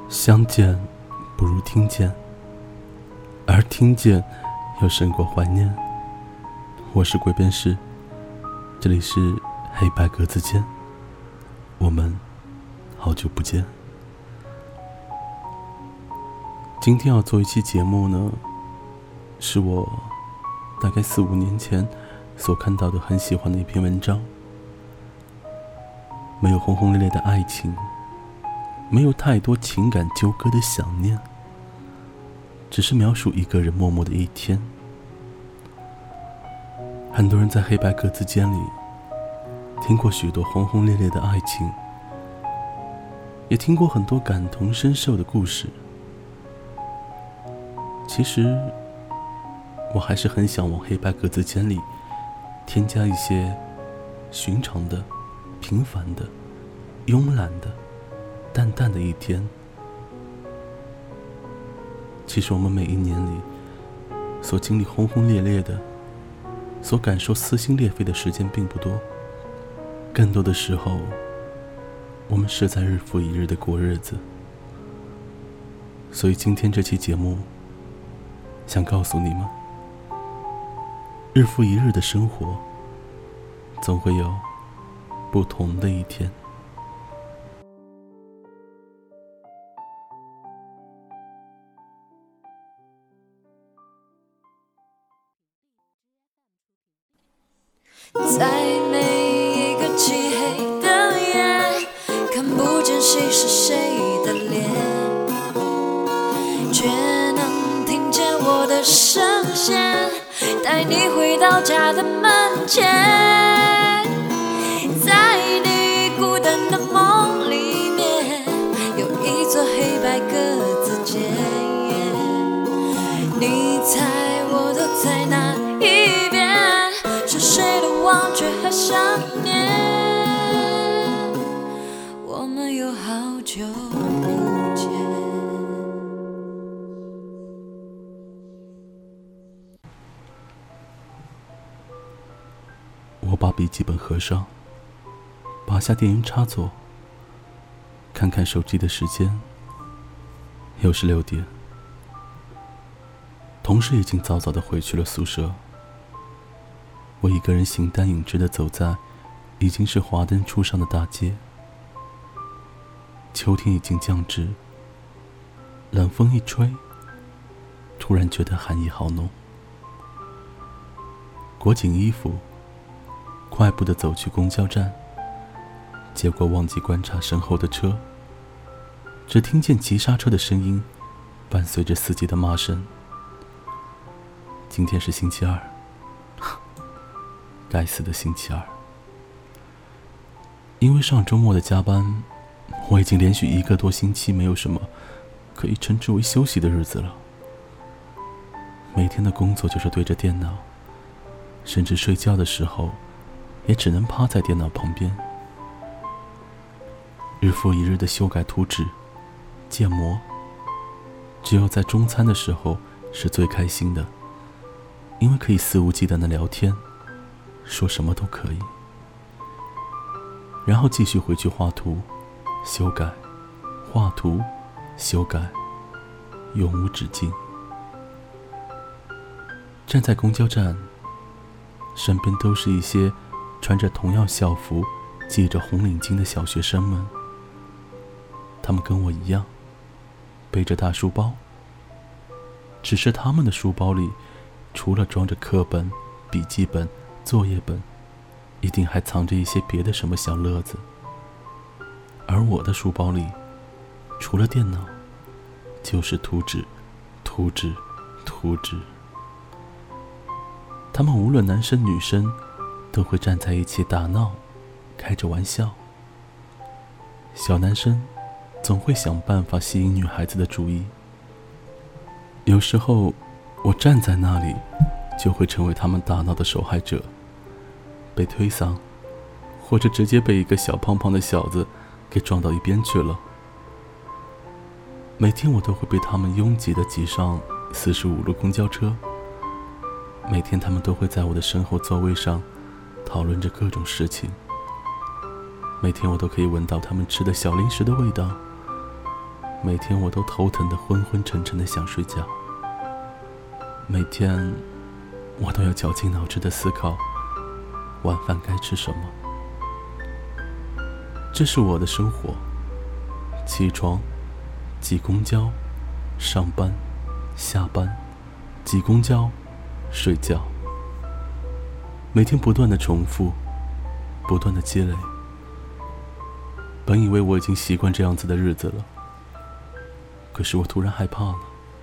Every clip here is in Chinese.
相见不如听见，而听见又胜过怀念。我是鬼边士，这里是黑白格子间，我们好久不见。今天要做一期节目呢，是我大概4-5年前所看到的很喜欢的一篇文章。没有轰轰烈烈的爱情，没有太多情感纠葛的想念，只是描述一个人默默的一天。很多人在黑白格子间里听过许多轰轰烈烈的爱情，也听过很多感同身受的故事。其实我还是很想往黑白格子间里添加一些寻常的、平凡的、慵懒的、淡淡的一天。其实我们每一年里所经历轰轰烈烈的，所感受撕心裂肺的时间并不多，更多的时候我们是在日复一日的过日子。所以今天这期节目想告诉你们，日复一日的生活总会有不同的一天。 在每一个漆黑的夜，看不见谁是谁的脸，却能听见我的声线，带你回到家的门前。在你孤单的梦里面，有一座黑白格子间，你猜我都在哪一边，是谁的忘却和想念，我们有好久不见。 我把笔记本合上，拔下电源插座，看看手机的时间，又是6点。同事已经早早地回去了宿舍，我一个人形单影只地走在已经是华灯初上的大街。秋天已经降至，冷风一吹，突然觉得寒意好浓。裹紧衣服，快步地走去公交站，结果忘记观察身后的车，只听见急刹车的声音伴随着司机的骂声。今天是星期二，该死的星期二。因为上周末的加班，我已经连续1个多星期没有什么可以称之为休息的日子了。每天的工作就是对着电脑，甚至睡觉的时候也只能趴在电脑旁边。日复一日的修改图纸、建模，只有在中餐的时候是最开心的，因为可以肆无忌惮的聊天，说什么都可以。然后继续回去画图、修改、画图、修改，永无止境。站在公交站，身边都是一些穿着同样校服、系着红领巾的小学生们。他们跟我一样，背着大书包，只是他们的书包里除了装着课本、笔记本、作业本，一定还藏着一些别的什么小乐子。而我的书包里，除了电脑，就是图纸、图纸、图纸。他们无论男生女生，都会站在一起打闹，开着玩笑。小男生总会想办法吸引女孩子的注意。有时候我站在那里，就会成为他们打闹的受害者，被推搡，或者直接被一个小胖胖的小子给撞到一边去了。每天我都会被他们拥挤地挤上45路公交车，每天他们都会在我的身后座位上讨论着各种事情，每天我都可以闻到他们吃的小零食的味道， 每天我都头疼的昏昏沉沉的想睡觉，每天我都要绞尽脑汁的思考晚饭该吃什么。这是我的生活，起床，挤公交，上班，下班，挤公交，睡觉，每天不断的重复，不断的积累。本以为我已经习惯这样子的日子了，可是我突然害怕了。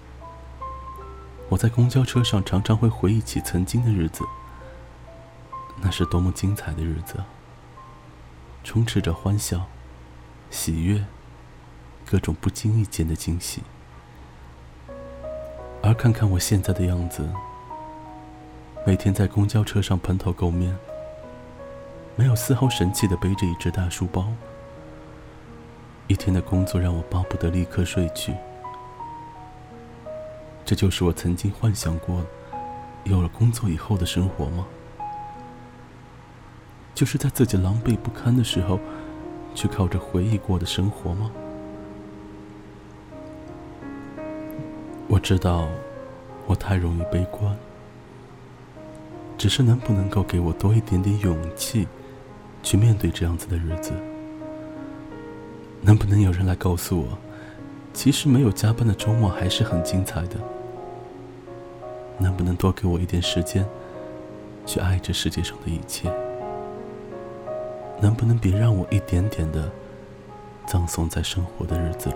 我在公交车上常常会回忆起曾经的日子，那是多么精彩的日子啊，充斥着欢笑、喜悦，各种不经意间的惊喜。而看看我现在的样子，每天在公交车上蓬头垢面，没有丝毫神气地背着一只大书包，一天的工作让我巴不得立刻睡去。这就是我曾经幻想过有了工作以后的生活吗？就是在自己狼狈不堪的时候去靠着回忆过的生活吗？我知道我太容易悲观，只是能不能够给我多一点点勇气去面对这样子的日子？能不能有人来告诉我，其实没有加班的周末还是很精彩的？能不能多给我一点时间去爱这世界上的一切？能不能别让我一点点的葬送在生活的日子里？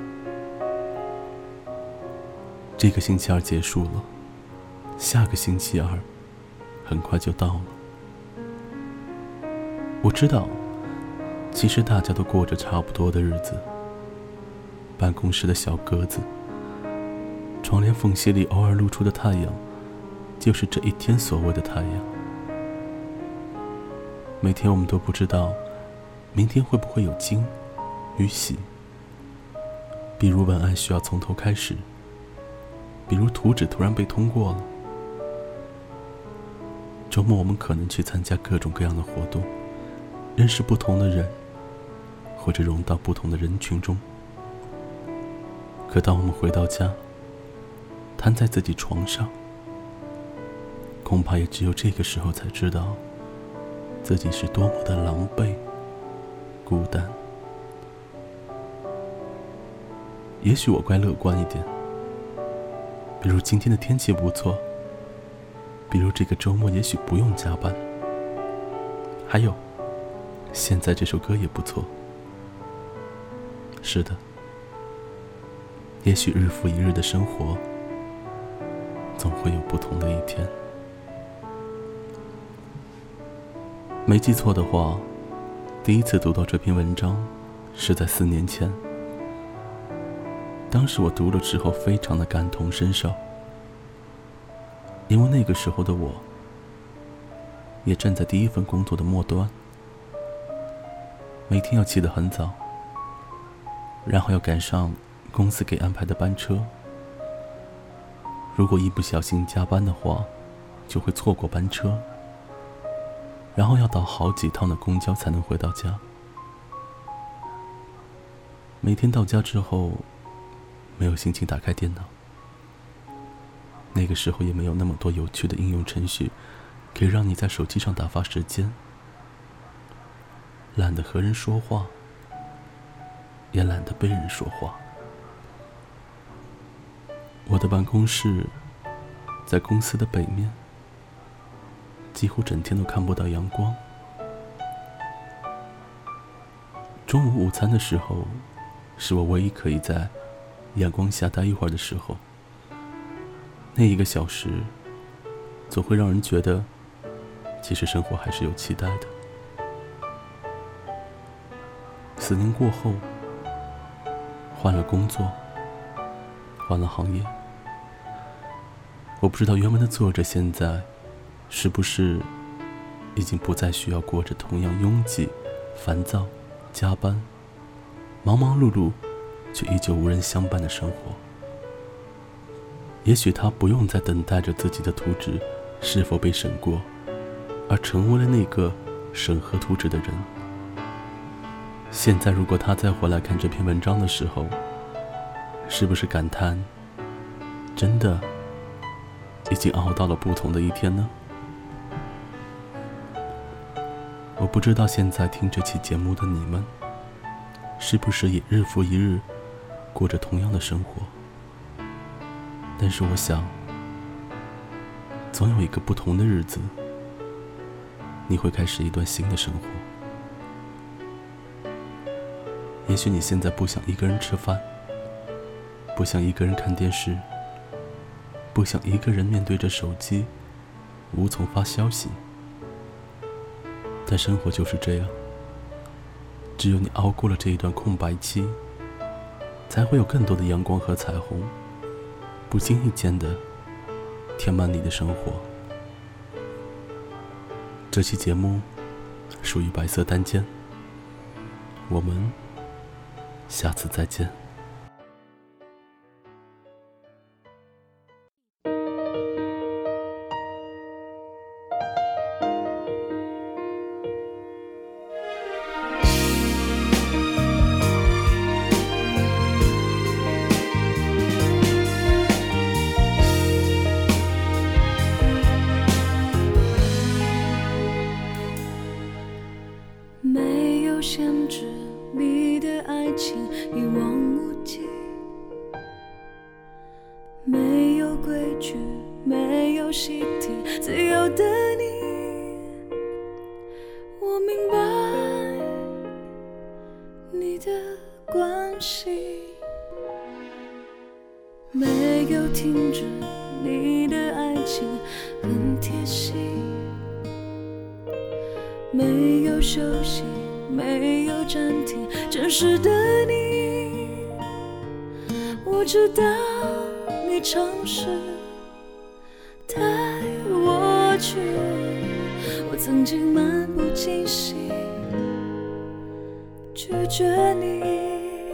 这个星期二结束了，下个星期二很快就到了。我知道其实大家都过着差不多的日子，办公室的小格子，窗帘缝隙里偶尔露出的太阳，就是这一天所谓的太阳。每天我们都不知道明天会不会有惊与喜，比如文案需要从头开始，比如图纸突然被通过了。周末我们可能去参加各种各样的活动，认识不同的人，或者融到不同的人群中。可当我们回到家，瘫在自己床上，恐怕也只有这个时候才知道自己是多么的狼狈孤单。也许我该乐观一点，比如今天的天气不错，比如这个周末也许不用加班，还有现在这首歌也不错。是的，也许日复一日的生活总会有不同的一天。没记错的话，第一次读到这篇文章是在4年前。当时我读了之后非常的感同身受，因为那个时候的我也站在第一份工作的末端，每天要起得很早，然后要赶上公司给安排的班车，如果一不小心加班的话就会错过班车，然后要倒好几趟的公交才能回到家。每天到家之后没有心情打开电脑，那个时候也没有那么多有趣的应用程序可以让你在手机上打发时间，懒得和人说话，也懒得被人说话。我的办公室在公司的北面，几乎整天都看不到阳光。中午午餐的时候，是我唯一可以在阳光下待一会儿的时候。那1个小时总会让人觉得其实生活还是有期待的。4年过后，换了工作，换了行业，我不知道原文的作者现在是不是已经不再需要过着同样拥挤、烦躁、加班、忙忙碌碌却依旧无人相伴的生活。也许他不用再等待着自己的图纸是否被审过，而成为了那个审核图纸的人。现在如果他再回来看这篇文章的时候， 是不是感叹真的已经熬到了不同的一天呢？我不知道现在听这期节目的你们是不是也日复一日过着同样的生活，但是我想总有一个不同的日子，你会开始一段新的生活。也许你现在不想一个人吃饭，不想一个人看电视，不想一个人面对着手机无从发消息，但生活就是这样，只有你熬过了这一段空白期，才会有更多的阳光和彩虹不经意间的填满你的生活。这期节目属于白色单间，我们下次再见。 没有限制，你的爱情一望无际，没有规矩，没有习题，自由的你，我明白你的关系，没有停止，你的爱情很贴心，没有休息，没有暂停，真实的你，我知道你尝试带我去，我曾经漫不经心拒绝你，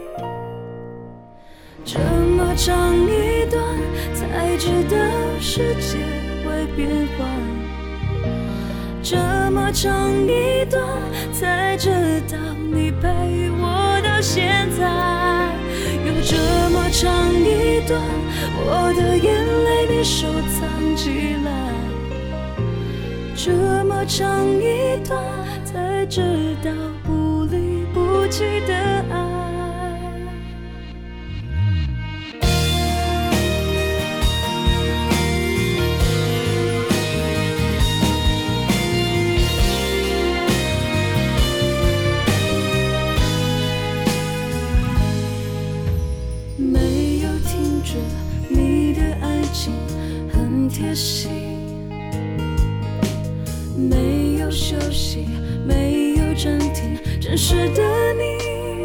这么长一段才知道世界会变化，这么长一段才知道你陪我到现在，有这么长一段我的眼泪你收藏起来，这么长一段才知道不离不弃的爱。没有停止，你的爱情很贴心，没有休息，没有暂停，真实的你，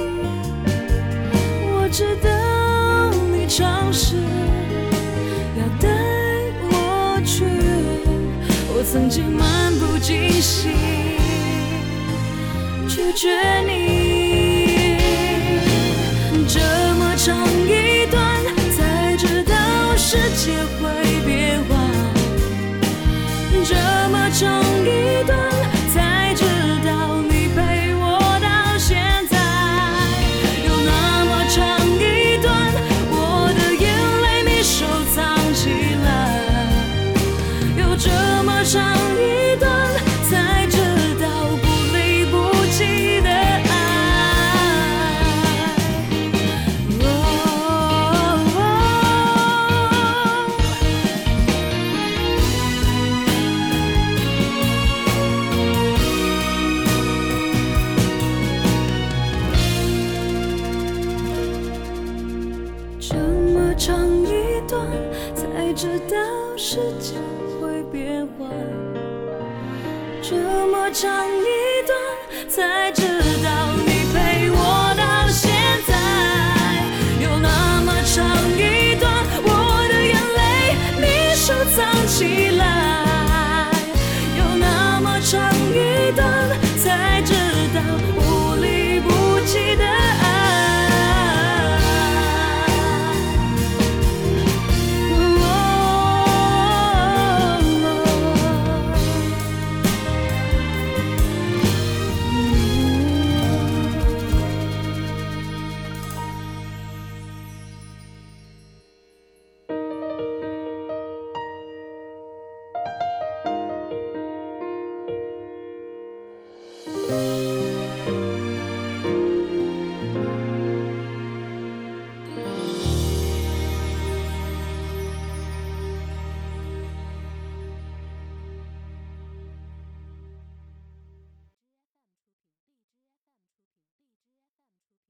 我知道你尝试要带我去，我曾经漫不经心拒绝你，这么长一段才知道世界会变化，这么长一段才知道你陪我到现在，有那么长一段我的眼泪你收藏起来，有这么长一段才知道不离不弃的爱。这么长一段才知道世界会变化，这么长一段才知道你陪我到现在，有那么长一段我的眼泪你收藏起来，有那么长一段才知道